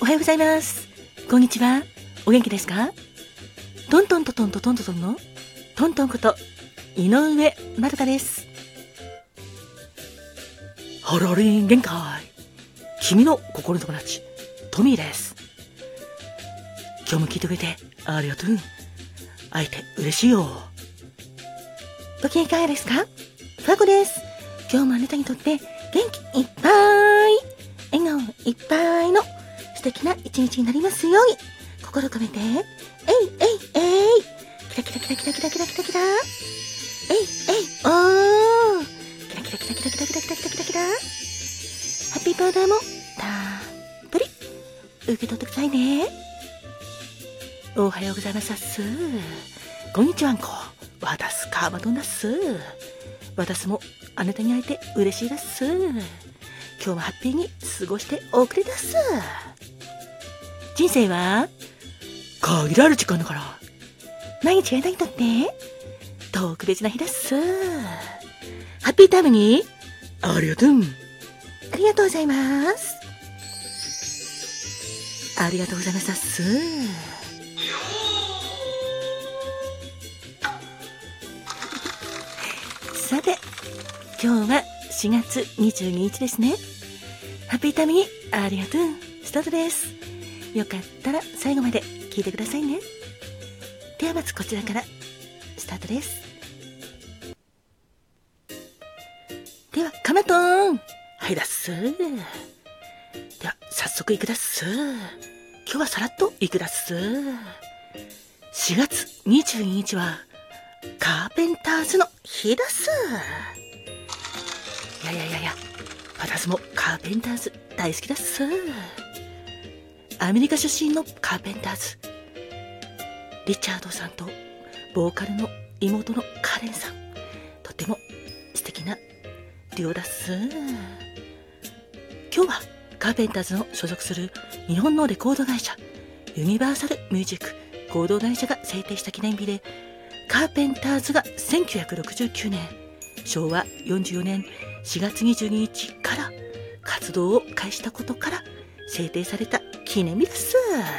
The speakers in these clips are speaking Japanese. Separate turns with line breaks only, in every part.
おはようございます。こんにちは。お元気ですか？トントントントントントンのトントンこと井上まるかです。ハロリン限界。君の心の友達トミーです。今日も聞いてくれてありがとう。会えて嬉しいよ。ご機嫌いかがですか？ファコです。今日もあなたにとって元気いっぱい、笑顔いっぱいの素敵な一日になりますように心込めて、えいえいえい、キラキラキラキラキラキラキラキラ、えいえいおー、キラキラキラキラキラキラキラキラキラキラ、ハッピーパウダーもたっぷり受け取ってくださいね。おはようございます。こんにちはんこ。わたすかまどんだっす。私もあなたに会えて嬉しいです。今日もハッピーに過ごしておくれだっす。人生は限られる時間だから、毎日あなたにとって特別な日だっす。ハッピータイムにありがとう。ありがとうございます。ありがとうございますっす。さて、今日は4月22日ですね。ハッピータイムにありがとう。スタートです。よかったら最後まで聞いてくださいね。ではまずこちらからスタートです。ではカマトーン、はいだっす。では早速いくだっす。今日はさらっといくだっす。4月22日はカーペンターズの日だっす。いや、私もカーペンターズ大好きだっす。アメリカ出身のカーペンターズ、リチャードさんとボーカルの妹のカレンさん、とても素敵なデュオだっす。今日はカーペンターズの所属する日本のレコード会社ユニバーサルミュージック合同会社が制定した記念日で、カーペンターズが1969年昭和44年4月22日から活動を開始したことから制定された記念日です。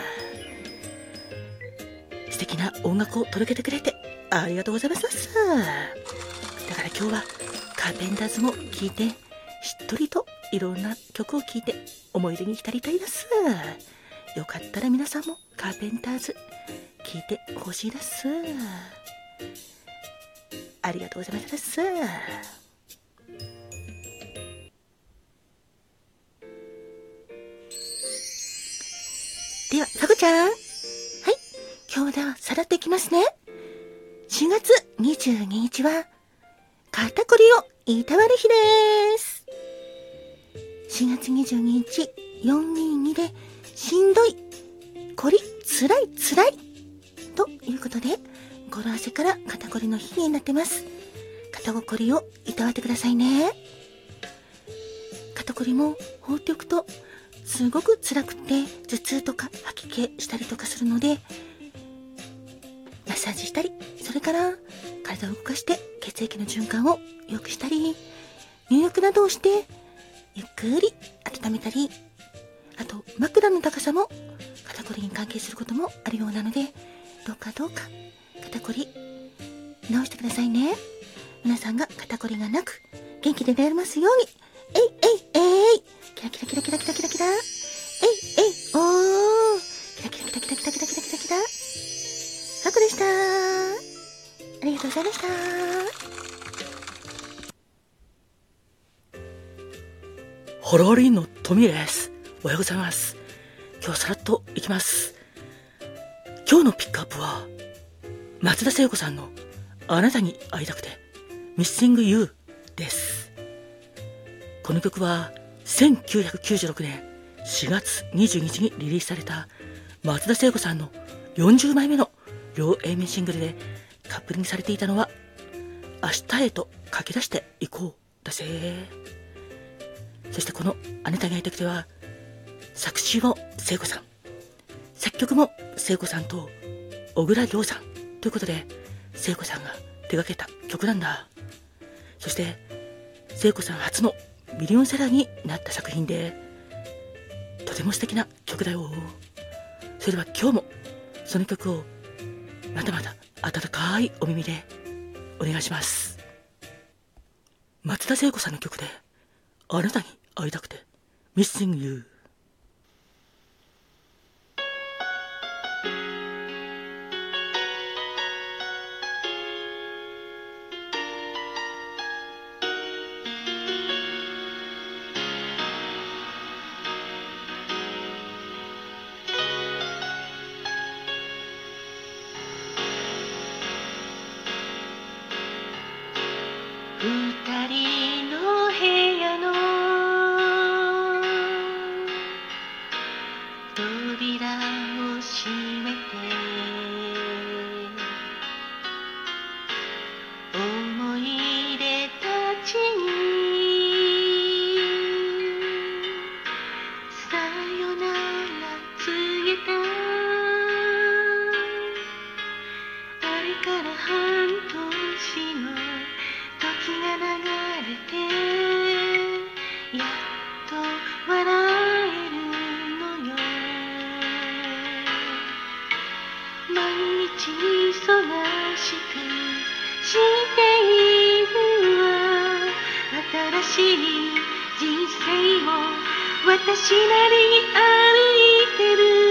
素敵な音楽を届けてくれてありがとうございます。だから今日はカーペンターズも聴いて、しっとりといろんな曲を聴いて思い出に浸りたいです。よかったら皆さんもカーペンターズ聴いてほしいです。ありがとうございます。ではさこちゃん、はい、今日ではさらっといきますね。4月22日は肩こりをいたわる日です。4月22日422でしんどい、こり、つらいということで、語呂合わせから肩こりの日になってます。肩こりをいたわってくださいね。肩こりも放っておくとすごく辛くて頭痛とか吐き気したりとかするので、マッサージしたり、それから体を動かして血液の循環を良くしたり、入浴などをしてゆっくり温めたり、あと枕の高さも肩こりに関係することもあるようなので、どうか肩こり治してくださいね。皆さんが肩こりがなく元気でいられますように。えいキラキラキラキラキラキラキラ、えいおー、キラキラキラキラキラキラキラキラキラ、さこでした。ありがとうございました。ホロリンのトミーです。おはようございます。今日さらっといきます。今日のピックアップは松田聖子さんのあなたに会いたくて Missing You です。この曲は1996年4月22日にリリースされた松田聖子さんの40枚目の両 A 面シングルで、カップリングされていたのは明日へと駆け出していこうだぜ。そしてこのあなたに会いたくては作詞も聖子さん、作曲も聖子さんと小倉亮さんということで、聖子さんが手掛けた曲なんだ。そして聖子さん初のミリオンセラーになった作品で、とても素敵な曲だよ。それでは今日もその曲をまたまた温かいお耳でお願いします。松田聖子さんの曲であなたに会いたくて Missing You。二人の部屋の扉を閉めて思い出たちにさよなら告げた。あれから半年の時が流れてやっと笑えるのよ。毎日忙しくしているわ。新しい人生を私なりに歩いてる。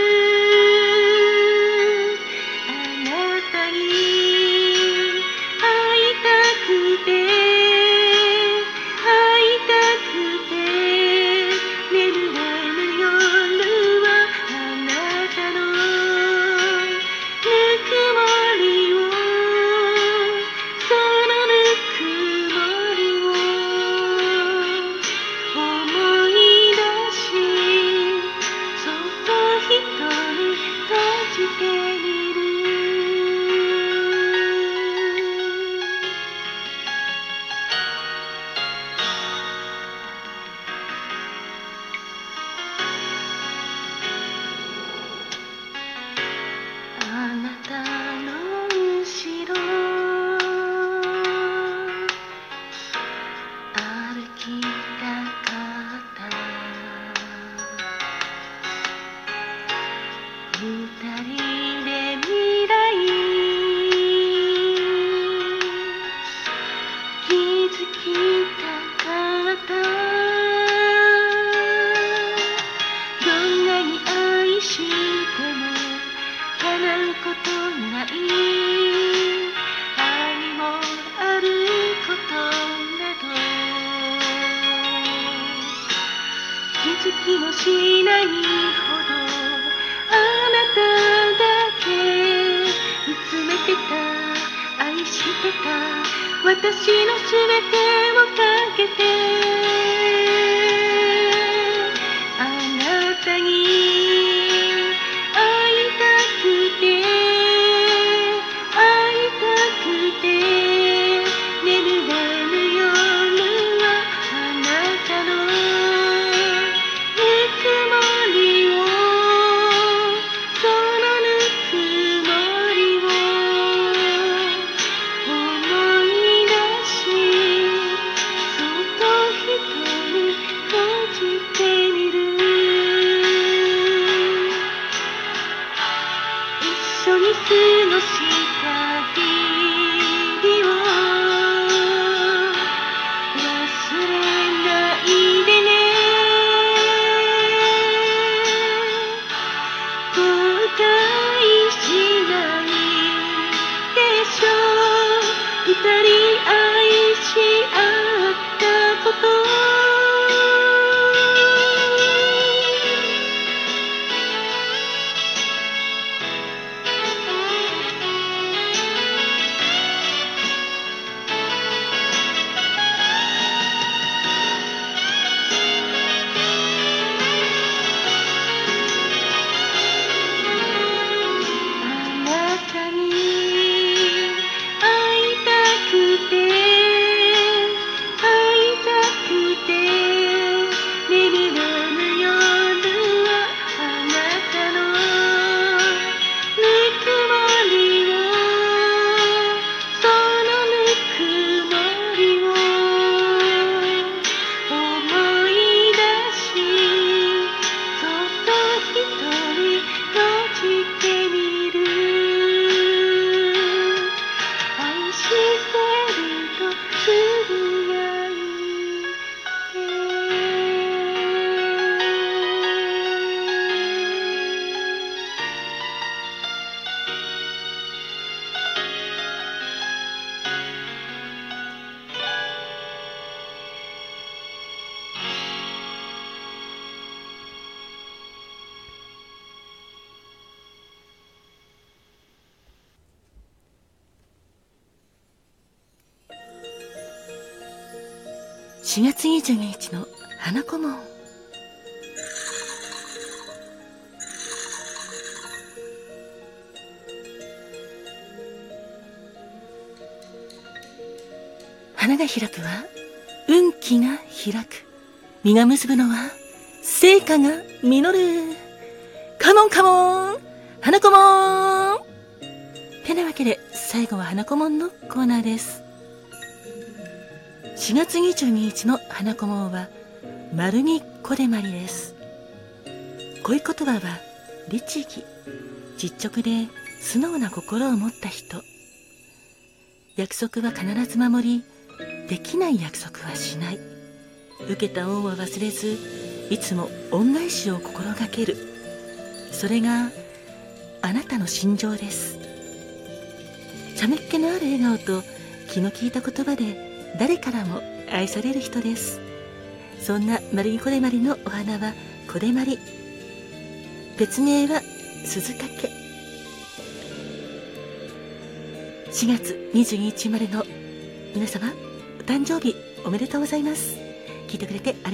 あなたの後ろ歩きたかった。二人で未来築きたかった。どんなに愛しても叶うことない。愛もあることなど気づきもしないほどあなただけ見つめてた、愛してた、私のすべてをかけてあなたに一 4月22日の花子門。花が開くは運気が開く。実が結ぶのは成果が実る。カモンカモン花子門。てなわけで最後は花子門のコーナーです。4月22日の花子門は丸にこでまりです。恋言葉は律儀、実直で素直な心を持った人。約束は必ず守り、できない約束はしない。受けた恩は忘れず、いつも恩返しを心がける。それがあなたの心情です。茶目っ気のある笑顔と気の利いた言葉で誰からも愛される人です。そんな丸にこでまりのお花はこでまり、別名は鈴掛。4月22日生まれの皆様、お誕生日おめでとうございます。聞いてくれてありがとうございます。